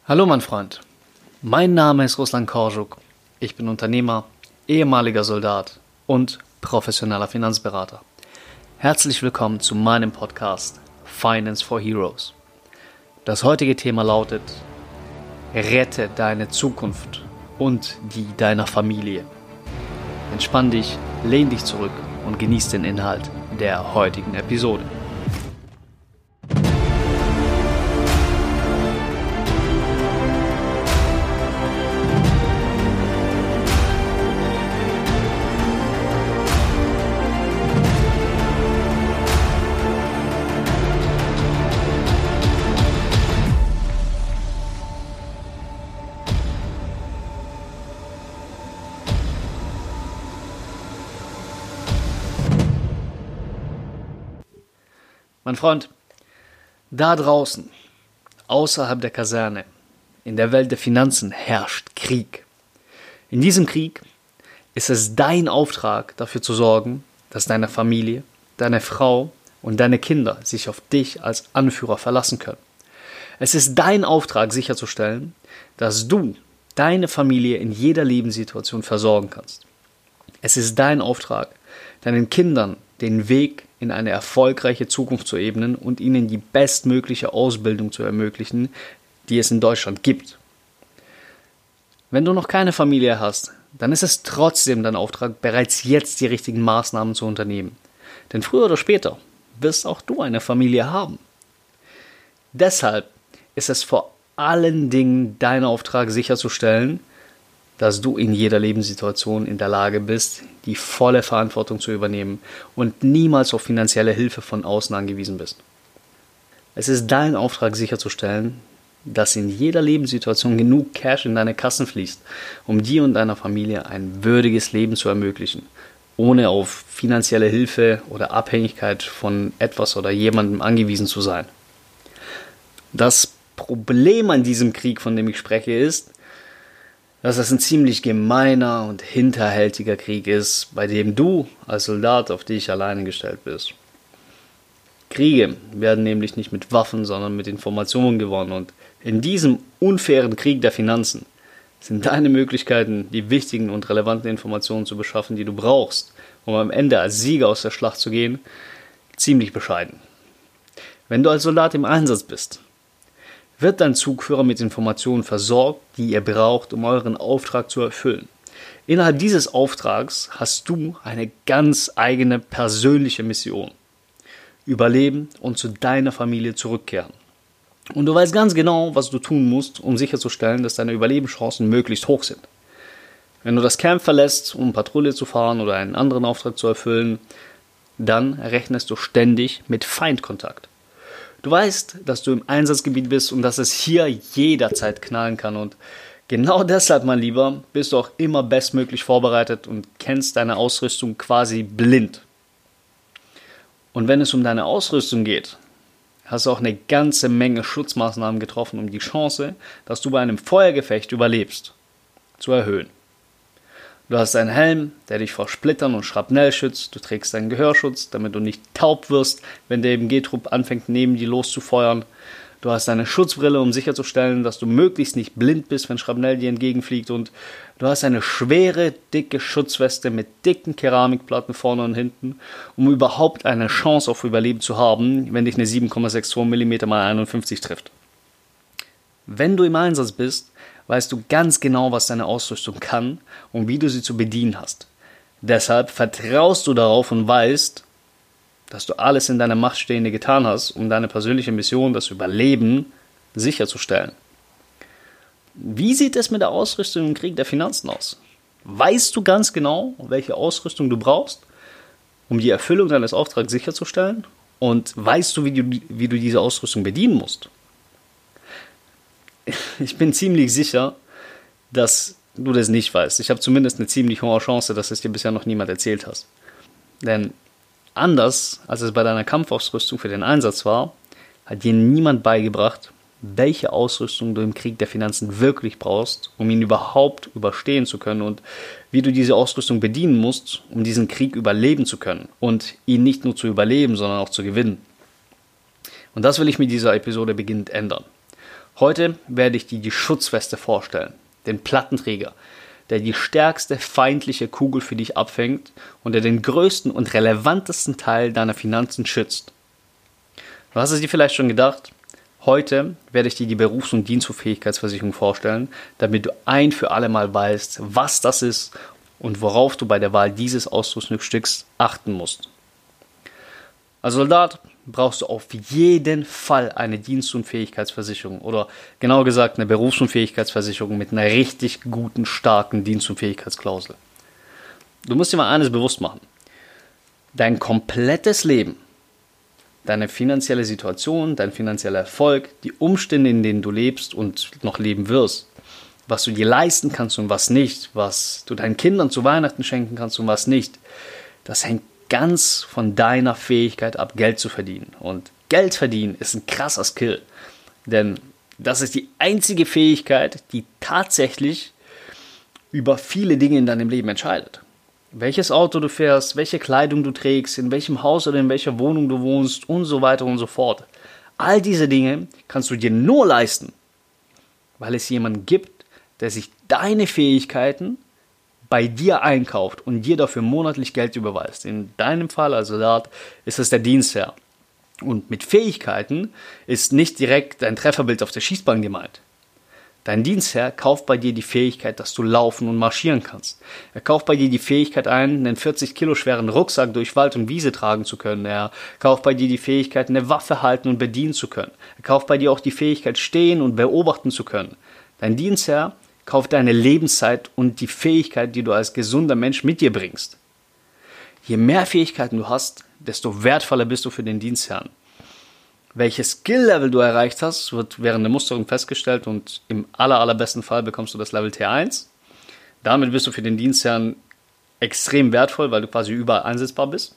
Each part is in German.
Hallo mein Freund, mein Name ist Ruslan Korjuk. Ich bin Unternehmer, ehemaliger Soldat und professioneller Finanzberater. Herzlich willkommen zu meinem Podcast Finance for Heroes. Das heutige Thema lautet: Rette deine Zukunft und die deiner Familie. Entspann dich, lehn dich zurück und genieß den Inhalt der heutigen Episode. Mein Freund, da draußen, außerhalb der Kaserne, in der Welt der Finanzen herrscht Krieg. In diesem Krieg ist es dein Auftrag, dafür zu sorgen, dass deine Familie, deine Frau und deine Kinder sich auf dich als Anführer verlassen können. Es ist dein Auftrag, sicherzustellen, dass du deine Familie in jeder Lebenssituation versorgen kannst. Es ist dein Auftrag, deinen Kindern den Weg in eine erfolgreiche Zukunft zu ebnen und ihnen die bestmögliche Ausbildung zu ermöglichen, die es in Deutschland gibt. Wenn du noch keine Familie hast, dann ist es trotzdem dein Auftrag, bereits jetzt die richtigen Maßnahmen zu unternehmen. Denn früher oder später wirst auch du eine Familie haben. Deshalb ist es vor allen Dingen dein Auftrag, sicherzustellen, dass du in jeder Lebenssituation in der Lage bist, die volle Verantwortung zu übernehmen und niemals auf finanzielle Hilfe von außen angewiesen bist. Es ist dein Auftrag, sicherzustellen, dass in jeder Lebenssituation genug Cash in deine Kassen fließt, um dir und deiner Familie ein würdiges Leben zu ermöglichen, ohne auf finanzielle Hilfe oder Abhängigkeit von etwas oder jemandem angewiesen zu sein. Das Problem an diesem Krieg, von dem ich spreche, ist, dass es ein ziemlich gemeiner und hinterhältiger Krieg ist, bei dem du als Soldat auf dich alleine gestellt bist. Kriege werden nämlich nicht mit Waffen, sondern mit Informationen gewonnen, und in diesem unfairen Krieg der Finanzen sind deine Möglichkeiten, die wichtigen und relevanten Informationen zu beschaffen, die du brauchst, um am Ende als Sieger aus der Schlacht zu gehen, ziemlich bescheiden. Wenn du als Soldat im Einsatz bist, wird dein Zugführer mit Informationen versorgt, die ihr braucht, um euren Auftrag zu erfüllen. Innerhalb dieses Auftrags hast du eine ganz eigene persönliche Mission: Überleben und zu deiner Familie zurückkehren. Und du weißt ganz genau, was du tun musst, um sicherzustellen, dass deine Überlebenschancen möglichst hoch sind. Wenn du das Camp verlässt, um Patrouille zu fahren oder einen anderen Auftrag zu erfüllen, dann rechnest du ständig mit Feindkontakt. Du weißt, dass du im Einsatzgebiet bist und dass es hier jederzeit knallen kann, und genau deshalb, mein Lieber, bist du auch immer bestmöglich vorbereitet und kennst deine Ausrüstung quasi blind. Und wenn es um deine Ausrüstung geht, hast du auch eine ganze Menge Schutzmaßnahmen getroffen, um die Chance, dass du bei einem Feuergefecht überlebst, zu erhöhen. Du hast einen Helm, der dich vor Splittern und Schrapnell schützt. Du trägst einen Gehörschutz, damit du nicht taub wirst, wenn der MG-Trupp anfängt, neben dir loszufeuern. Du hast eine Schutzbrille, um sicherzustellen, dass du möglichst nicht blind bist, wenn Schrapnell dir entgegenfliegt. Und du hast eine schwere, dicke Schutzweste mit dicken Keramikplatten vorne und hinten, um überhaupt eine Chance auf Überleben zu haben, wenn dich eine 7,62 mm x 51 trifft. Wenn du im Einsatz bist, weißt du ganz genau, was deine Ausrüstung kann und wie du sie zu bedienen hast. Deshalb vertraust du darauf und weißt, dass du alles in deiner Macht Stehende getan hast, um deine persönliche Mission, das Überleben, sicherzustellen. Wie sieht es mit der Ausrüstung im Krieg der Finanzen aus? Weißt du ganz genau, welche Ausrüstung du brauchst, um die Erfüllung deines Auftrags sicherzustellen? Und weißt du, wie du diese Ausrüstung bedienen musst? Ich bin ziemlich sicher, dass du das nicht weißt. Ich habe zumindest eine ziemlich hohe Chance, dass es dir bisher noch niemand erzählt hast. Denn anders als es bei deiner Kampfausrüstung für den Einsatz war, hat dir niemand beigebracht, welche Ausrüstung du im Krieg der Finanzen wirklich brauchst, um ihn überhaupt überstehen zu können, und wie du diese Ausrüstung bedienen musst, um diesen Krieg überleben zu können und ihn nicht nur zu überleben, sondern auch zu gewinnen. Und das will ich mit dieser Episode beginnend ändern. Heute werde ich dir die Schutzweste vorstellen, den Plattenträger, der die stärkste feindliche Kugel für dich abfängt und der den größten und relevantesten Teil deiner Finanzen schützt. Du hast es dir vielleicht schon gedacht, heute werde ich dir die Berufs- und Dienstunfähigkeitsversicherung vorstellen, damit du ein für alle Mal weißt, was das ist und worauf du bei der Wahl dieses Ausrüstungsstücks achten musst. Als Soldat brauchst du auf jeden Fall eine Dienstunfähigkeitsversicherung oder genauer gesagt eine Berufsunfähigkeitsversicherung mit einer richtig guten, starken Dienstunfähigkeitsklausel. Du musst dir mal eines bewusst machen. Dein komplettes Leben, deine finanzielle Situation, dein finanzieller Erfolg, die Umstände, in denen du lebst und noch leben wirst, was du dir leisten kannst und was nicht, was du deinen Kindern zu Weihnachten schenken kannst und was nicht, das hängt ganz von deiner Fähigkeit ab, Geld zu verdienen. Und Geld verdienen ist ein krasser Skill, denn das ist die einzige Fähigkeit, die tatsächlich über viele Dinge in deinem Leben entscheidet. Welches Auto du fährst, welche Kleidung du trägst, in welchem Haus oder in welcher Wohnung du wohnst und so weiter und so fort. All diese Dinge kannst du dir nur leisten, weil es jemanden gibt, der sich deine Fähigkeiten bei dir einkauft und dir dafür monatlich Geld überweist. In deinem Fall als Soldat ist es der Dienstherr. Und mit Fähigkeiten ist nicht direkt dein Trefferbild auf der Schießbahn gemeint. Dein Dienstherr kauft bei dir die Fähigkeit, dass du laufen und marschieren kannst. Er kauft bei dir die Fähigkeit ein, einen 40 Kilo schweren Rucksack durch Wald und Wiese tragen zu können. Er kauft bei dir die Fähigkeit, eine Waffe halten und bedienen zu können. Er kauft bei dir auch die Fähigkeit, stehen und beobachten zu können. Dein Dienstherr kauft deine Lebenszeit und die Fähigkeit, die du als gesunder Mensch mit dir bringst. Je mehr Fähigkeiten du hast, desto wertvoller bist du für den Dienstherrn. Welches Skill-Level du erreicht hast, wird während der Musterung festgestellt und im allerbesten Fall bekommst du das Level T1. Damit bist du für den Dienstherrn extrem wertvoll, weil du quasi überall einsetzbar bist.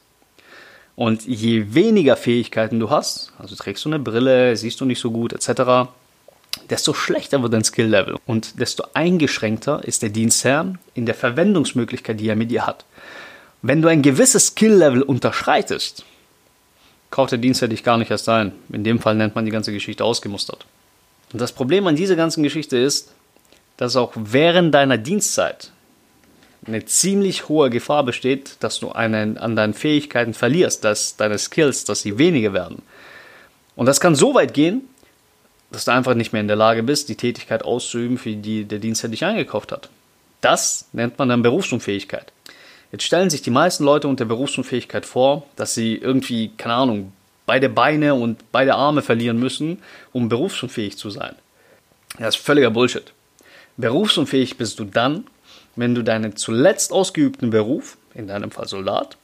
Und je weniger Fähigkeiten du hast, also trägst du eine Brille, siehst du nicht so gut etc., desto schlechter wird dein Skill-Level und desto eingeschränkter ist der Dienstherr in der Verwendungsmöglichkeit, die er mit dir hat. Wenn du ein gewisses Skill-Level unterschreitest, kauft der Dienstherr dich gar nicht erst ein. In dem Fall nennt man die ganze Geschichte ausgemustert. Und das Problem an dieser ganzen Geschichte ist, dass auch während deiner Dienstzeit eine ziemlich hohe Gefahr besteht, dass du an deinen Fähigkeiten verlierst, dass deine Skills, dass sie weniger werden. Und das kann so weit gehen, dass du einfach nicht mehr in der Lage bist, die Tätigkeit auszuüben, für die der Dienstherr dich eingekauft hat. Das nennt man dann Berufsunfähigkeit. Jetzt stellen sich die meisten Leute unter Berufsunfähigkeit vor, dass sie irgendwie, keine Ahnung, beide Beine und beide Arme verlieren müssen, um berufsunfähig zu sein. Das ist völliger Bullshit. Berufsunfähig bist du dann, wenn du deinen zuletzt ausgeübten Beruf, in deinem Fall Soldat,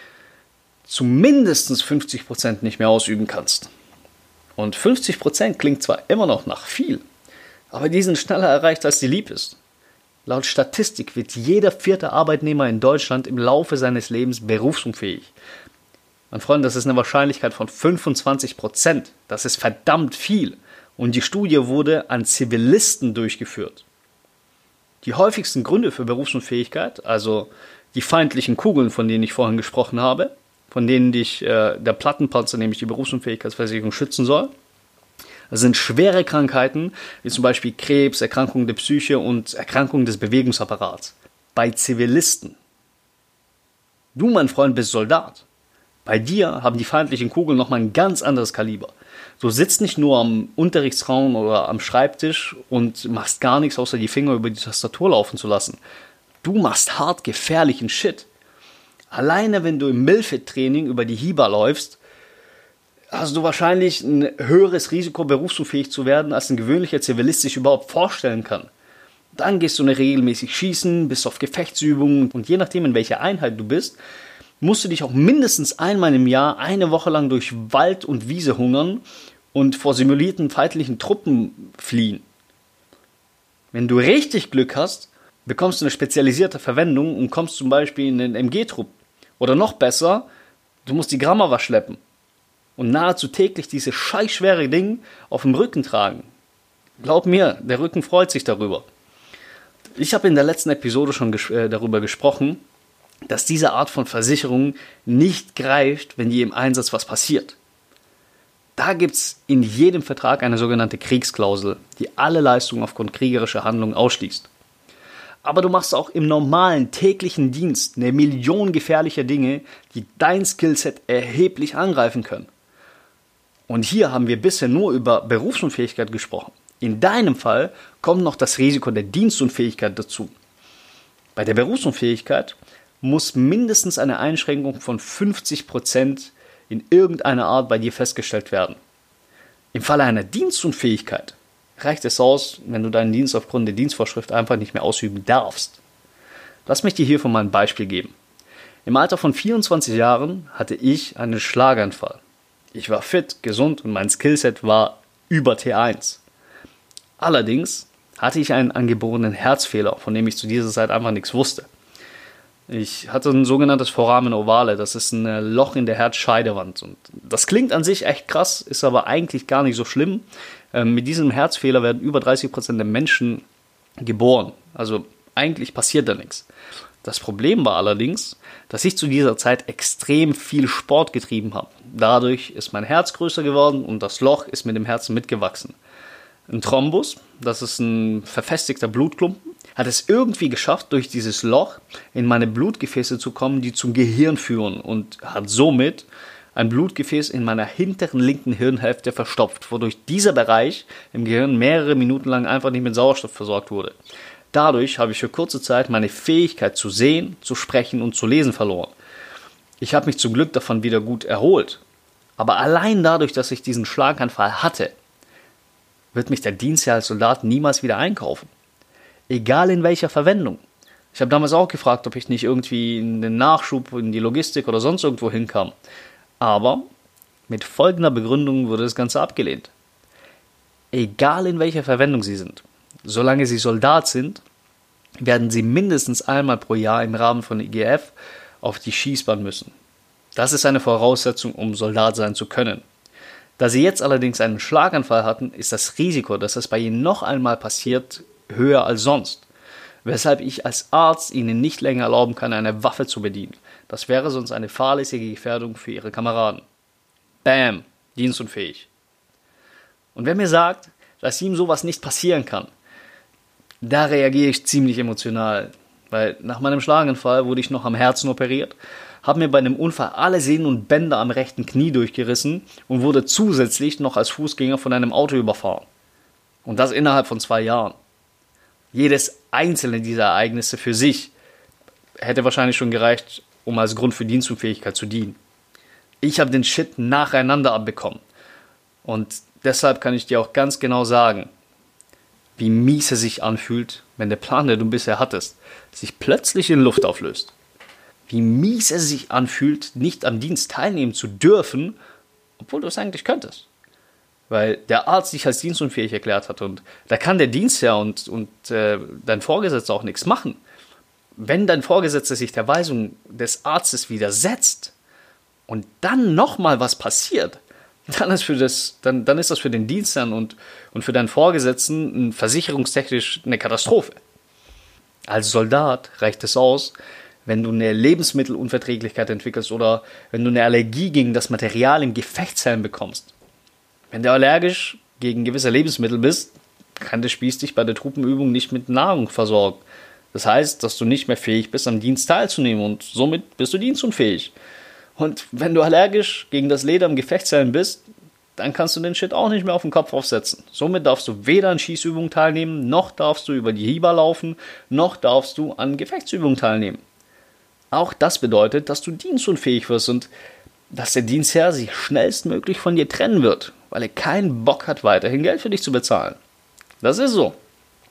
zu mindestens 50% nicht mehr ausüben kannst. Und 50% klingt zwar immer noch nach viel, aber die sind schneller erreicht, als dir lieb ist. Laut Statistik wird jeder 4. Arbeitnehmer in Deutschland im Laufe seines Lebens berufsunfähig. Mein Freund, das ist eine Wahrscheinlichkeit von 25%. Das ist verdammt viel. Und die Studie wurde an Zivilisten durchgeführt. Die häufigsten Gründe für Berufsunfähigkeit, also die feindlichen Kugeln, von denen ich vorhin gesprochen habe, von denen dich der Plattenpanzer, nämlich die Berufsunfähigkeitsversicherung, schützen soll. Das sind schwere Krankheiten, wie zum Beispiel Krebs, Erkrankungen der Psyche und Erkrankungen des Bewegungsapparats. Bei Zivilisten. Du, mein Freund, bist Soldat. Bei dir haben die feindlichen Kugeln nochmal ein ganz anderes Kaliber. Du sitzt nicht nur am Unterrichtsraum oder am Schreibtisch und machst gar nichts, außer die Finger über die Tastatur laufen zu lassen. Du machst hart gefährlichen Shit. Alleine wenn du im Milfit-Training über die Hiba läufst, hast du wahrscheinlich ein höheres Risiko, berufsunfähig zu werden, als ein gewöhnlicher Zivilist sich überhaupt vorstellen kann. Dann gehst du regelmäßig schießen, bist auf Gefechtsübungen und je nachdem, in welcher Einheit du bist, musst du dich auch mindestens einmal im Jahr eine Woche lang durch Wald und Wiese hungern und vor simulierten feindlichen Truppen fliehen. Wenn du richtig Glück hast, bekommst du eine spezialisierte Verwendung und kommst zum Beispiel in den MG-Trupp. Oder noch besser, du musst die Grammawa schleppen und nahezu täglich diese scheißschwere Ding auf dem Rücken tragen. Glaub mir, der Rücken freut sich darüber. Ich habe in der letzten Episode schon darüber gesprochen, dass diese Art von Versicherung nicht greift, wenn dir im Einsatz was passiert. Da gibt es in jedem Vertrag eine sogenannte Kriegsklausel, die alle Leistungen aufgrund kriegerischer Handlungen ausschließt. Aber du machst auch im normalen täglichen Dienst eine Million gefährlicher Dinge, die dein Skillset erheblich angreifen können. Und hier haben wir bisher nur über Berufsunfähigkeit gesprochen. In deinem Fall kommt noch das Risiko der Dienstunfähigkeit dazu. Bei der Berufsunfähigkeit muss mindestens eine Einschränkung von 50% in irgendeiner Art bei dir festgestellt werden. Im Falle einer Dienstunfähigkeit reicht es aus, wenn du deinen Dienst aufgrund der Dienstvorschrift einfach nicht mehr ausüben darfst. Lass mich dir hiervon mal ein Beispiel geben. Im Alter von 24 Jahren hatte ich einen Schlaganfall. Ich war fit, gesund und mein Skillset war über T1. Allerdings hatte ich einen angeborenen Herzfehler, von dem ich zu dieser Zeit einfach nichts wusste. Ich hatte ein sogenanntes Foramen ovale, das ist ein Loch in der Herzscheidewand. Und das klingt an sich echt krass, ist aber eigentlich gar nicht so schlimm. Mit diesem Herzfehler werden über 30% der Menschen geboren. Also eigentlich passiert da nichts. Das Problem war allerdings, dass ich zu dieser Zeit extrem viel Sport getrieben habe. Dadurch ist mein Herz größer geworden und das Loch ist mit dem Herzen mitgewachsen. Ein Thrombus, das ist ein verfestigter Blutklumpen, hat es irgendwie geschafft, durch dieses Loch in meine Blutgefäße zu kommen, die zum Gehirn führen und hat somit ein Blutgefäß in meiner hinteren linken Hirnhälfte verstopft, wodurch dieser Bereich im Gehirn mehrere Minuten lang einfach nicht mit Sauerstoff versorgt wurde. Dadurch habe ich für kurze Zeit meine Fähigkeit zu sehen, zu sprechen und zu lesen verloren. Ich habe mich zum Glück davon wieder gut erholt. Aber allein dadurch, dass ich diesen Schlaganfall hatte, wird mich der Dienstherr als Soldat niemals wieder einkaufen. Egal in welcher Verwendung. Ich habe damals auch gefragt, ob ich nicht irgendwie in den Nachschub, in die Logistik oder sonst irgendwo hinkam. Aber mit folgender Begründung wurde das Ganze abgelehnt. Egal in welcher Verwendung Sie sind, solange Sie Soldat sind, werden Sie mindestens einmal pro Jahr im Rahmen von IGF auf die Schießbahn müssen. Das ist eine Voraussetzung, um Soldat sein zu können. Da Sie jetzt allerdings einen Schlaganfall hatten, ist das Risiko, dass es bei Ihnen noch einmal passiert, höher als sonst. Weshalb ich als Arzt Ihnen nicht länger erlauben kann, eine Waffe zu bedienen. Das wäre sonst eine fahrlässige Gefährdung für Ihre Kameraden. Bam, dienstunfähig. Und wer mir sagt, dass ihm sowas nicht passieren kann, da reagiere ich ziemlich emotional. Weil nach meinem Schlaganfall wurde ich noch am Herzen operiert, habe mir bei einem Unfall alle Sehnen und Bänder am rechten Knie durchgerissen und wurde zusätzlich noch als Fußgänger von einem Auto überfahren. Und das innerhalb von 2 Jahren. Jedes einzelne dieser Ereignisse für sich hätte wahrscheinlich schon gereicht, um als Grund für Dienstunfähigkeit zu dienen. Ich habe den Shit nacheinander abbekommen. Und deshalb kann ich dir auch ganz genau sagen, wie mies es sich anfühlt, wenn der Plan, den du bisher hattest, sich plötzlich in Luft auflöst. Wie mies es sich anfühlt, nicht am Dienst teilnehmen zu dürfen, obwohl du es eigentlich könntest. Weil der Arzt dich als dienstunfähig erklärt hat und da kann der Dienstherr und dein Vorgesetzter auch nichts machen. Wenn dein Vorgesetzter sich der Weisung des Arztes widersetzt und dann nochmal was passiert, dann ist das für den Dienstherrn und für deinen Vorgesetzten versicherungstechnisch eine Katastrophe. Als Soldat reicht es aus, wenn du eine Lebensmittelunverträglichkeit entwickelst oder wenn du eine Allergie gegen das Material im Gefechtshelm bekommst. Wenn du allergisch gegen gewisse Lebensmittel bist, kann der Spieß dich bei der Truppenübung nicht mit Nahrung versorgen. Das heißt, dass du nicht mehr fähig bist, am Dienst teilzunehmen und somit bist du dienstunfähig. Und wenn du allergisch gegen das Leder im Gefechtshelm bist, dann kannst du den Shit auch nicht mehr auf den Kopf aufsetzen. Somit darfst du weder an Schießübungen teilnehmen, noch darfst du über die Hieber laufen, noch darfst du an Gefechtsübungen teilnehmen. Auch das bedeutet, dass du dienstunfähig wirst und dass der Dienstherr sich schnellstmöglich von dir trennen wird, weil er keinen Bock hat, weiterhin Geld für dich zu bezahlen. Das ist so.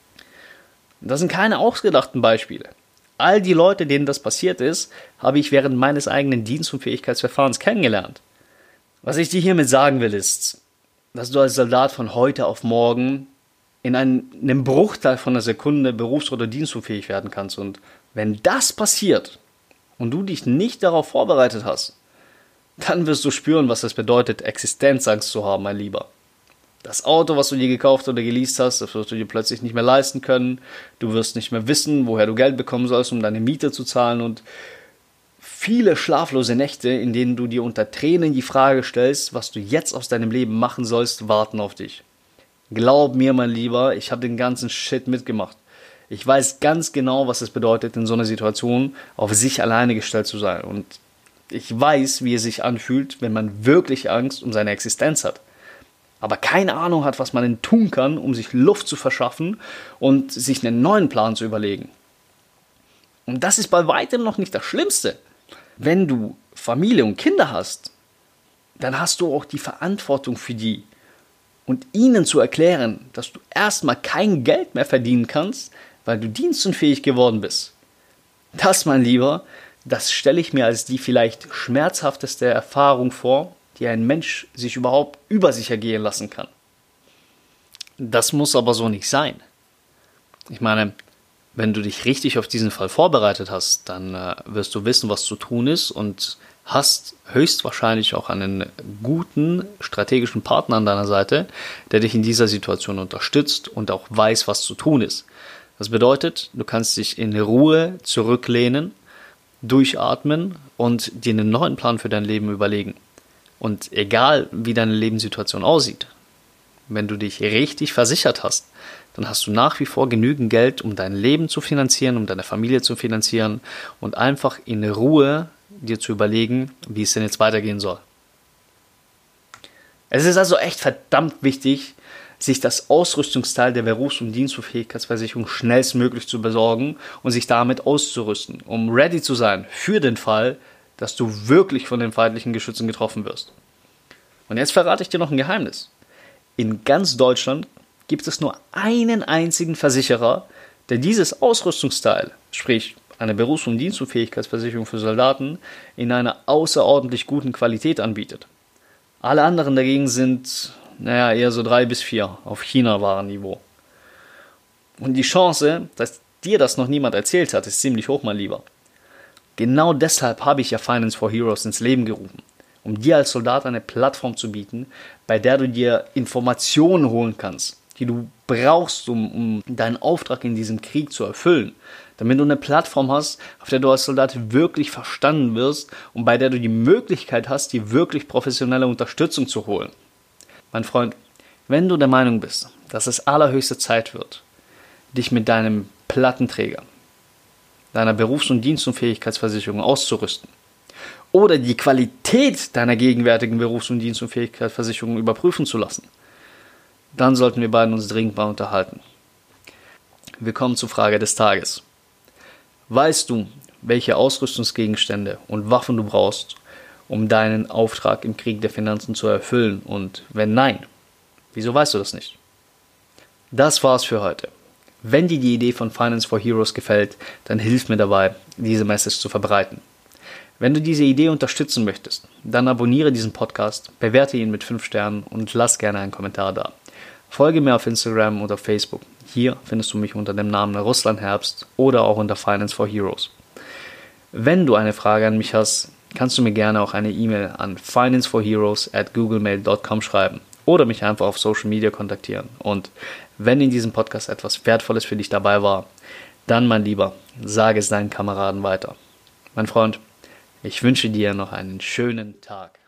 Das sind keine ausgedachten Beispiele. All die Leute, denen das passiert ist, habe ich während meines eigenen Dienstunfähigkeitsverfahrens kennengelernt. Was ich dir hiermit sagen will, ist, dass du als Soldat von heute auf morgen in einem Bruchteil von einer Sekunde berufs- oder dienstunfähig werden kannst. Und wenn das passiert und du dich nicht darauf vorbereitet hast, dann wirst du spüren, was es bedeutet, Existenzangst zu haben, mein Lieber. Das Auto, was du dir gekauft oder geleast hast, das wirst du dir plötzlich nicht mehr leisten können. Du wirst nicht mehr wissen, woher du Geld bekommen sollst, um deine Miete zu zahlen. Und viele schlaflose Nächte, in denen du dir unter Tränen die Frage stellst, was du jetzt aus deinem Leben machen sollst, warten auf dich. Glaub mir, mein Lieber, ich habe den ganzen Shit mitgemacht. Ich weiß ganz genau, was es bedeutet, in so einer Situation auf sich alleine gestellt zu sein. Und ich weiß, wie es sich anfühlt, wenn man wirklich Angst um seine Existenz hat. Aber keine Ahnung hat, was man denn tun kann, um sich Luft zu verschaffen und sich einen neuen Plan zu überlegen. Und das ist bei weitem noch nicht das Schlimmste. Wenn du Familie und Kinder hast, dann hast du auch die Verantwortung für die. Und ihnen zu erklären, dass du erstmal kein Geld mehr verdienen kannst, weil du dienstunfähig geworden bist. Das, mein Lieber, das stelle ich mir als die vielleicht schmerzhafteste Erfahrung vor, die ein Mensch sich überhaupt über sich ergehen lassen kann. Das muss aber so nicht sein. Ich meine, wenn du dich richtig auf diesen Fall vorbereitet hast, dann wirst du wissen, was zu tun ist und hast höchstwahrscheinlich auch einen guten strategischen Partner an deiner Seite, der dich in dieser Situation unterstützt und auch weiß, was zu tun ist. Das bedeutet, du kannst dich in Ruhe zurücklehnen, durchatmen und dir einen neuen Plan für dein Leben überlegen. Und egal, wie deine Lebenssituation aussieht, wenn du dich richtig versichert hast, dann hast du nach wie vor genügend Geld, um dein Leben zu finanzieren, um deine Familie zu finanzieren und einfach in Ruhe dir zu überlegen, wie es denn jetzt weitergehen soll. Es ist also echt verdammt wichtig, sich das Ausrüstungsteil der Berufs- und Dienstunfähigkeitsversicherung schnellstmöglich zu besorgen und sich damit auszurüsten, um ready zu sein für den Fall, dass du wirklich von den feindlichen Geschützen getroffen wirst. Und jetzt verrate ich dir noch ein Geheimnis. In ganz Deutschland gibt es nur einen einzigen Versicherer, der dieses Ausrüstungsteil, sprich eine Berufs- und Dienstunfähigkeitsversicherung für Soldaten, in einer außerordentlich guten Qualität anbietet. Alle anderen dagegen sind eher so 3 bis 4 auf China-Warenniveau. Und die Chance, dass dir das noch niemand erzählt hat, ist ziemlich hoch, mein Lieber. Genau deshalb habe ich ja Finance for Heroes ins Leben gerufen, um dir als Soldat eine Plattform zu bieten, bei der du dir Informationen holen kannst, die du brauchst, um deinen Auftrag in diesem Krieg zu erfüllen. Damit du eine Plattform hast, auf der du als Soldat wirklich verstanden wirst und bei der du die Möglichkeit hast, dir wirklich professionelle Unterstützung zu holen. Mein Freund, wenn du der Meinung bist, dass es allerhöchste Zeit wird, dich mit deinem Plattenträger, deiner Berufs- und Dienstunfähigkeitsversicherung auszurüsten oder die Qualität deiner gegenwärtigen Berufs- und Dienstunfähigkeitsversicherung überprüfen zu lassen, dann sollten wir beiden uns dringend mal unterhalten. Wir kommen zur Frage des Tages. Weißt du, welche Ausrüstungsgegenstände und Waffen du brauchst, um deinen Auftrag im Krieg der Finanzen zu erfüllen? Und wenn nein, wieso weißt du das nicht? Das war's für heute. Wenn dir die Idee von Finance for Heroes gefällt, dann hilf mir dabei, diese Message zu verbreiten. Wenn du diese Idee unterstützen möchtest, dann abonniere diesen Podcast, bewerte ihn mit 5 Sternen und lass gerne einen Kommentar da. Folge mir auf Instagram oder Facebook. Hier findest du mich unter dem Namen Russland Herbst oder auch unter Finance for Heroes. Wenn du eine Frage an mich hast, kannst du mir gerne auch eine E-Mail an financeforheroes@googlemail.com schreiben oder mich einfach auf Social Media kontaktieren. Und wenn in diesem Podcast etwas Wertvolles für dich dabei war, dann, mein Lieber, sage es deinen Kameraden weiter. Mein Freund, ich wünsche dir noch einen schönen Tag.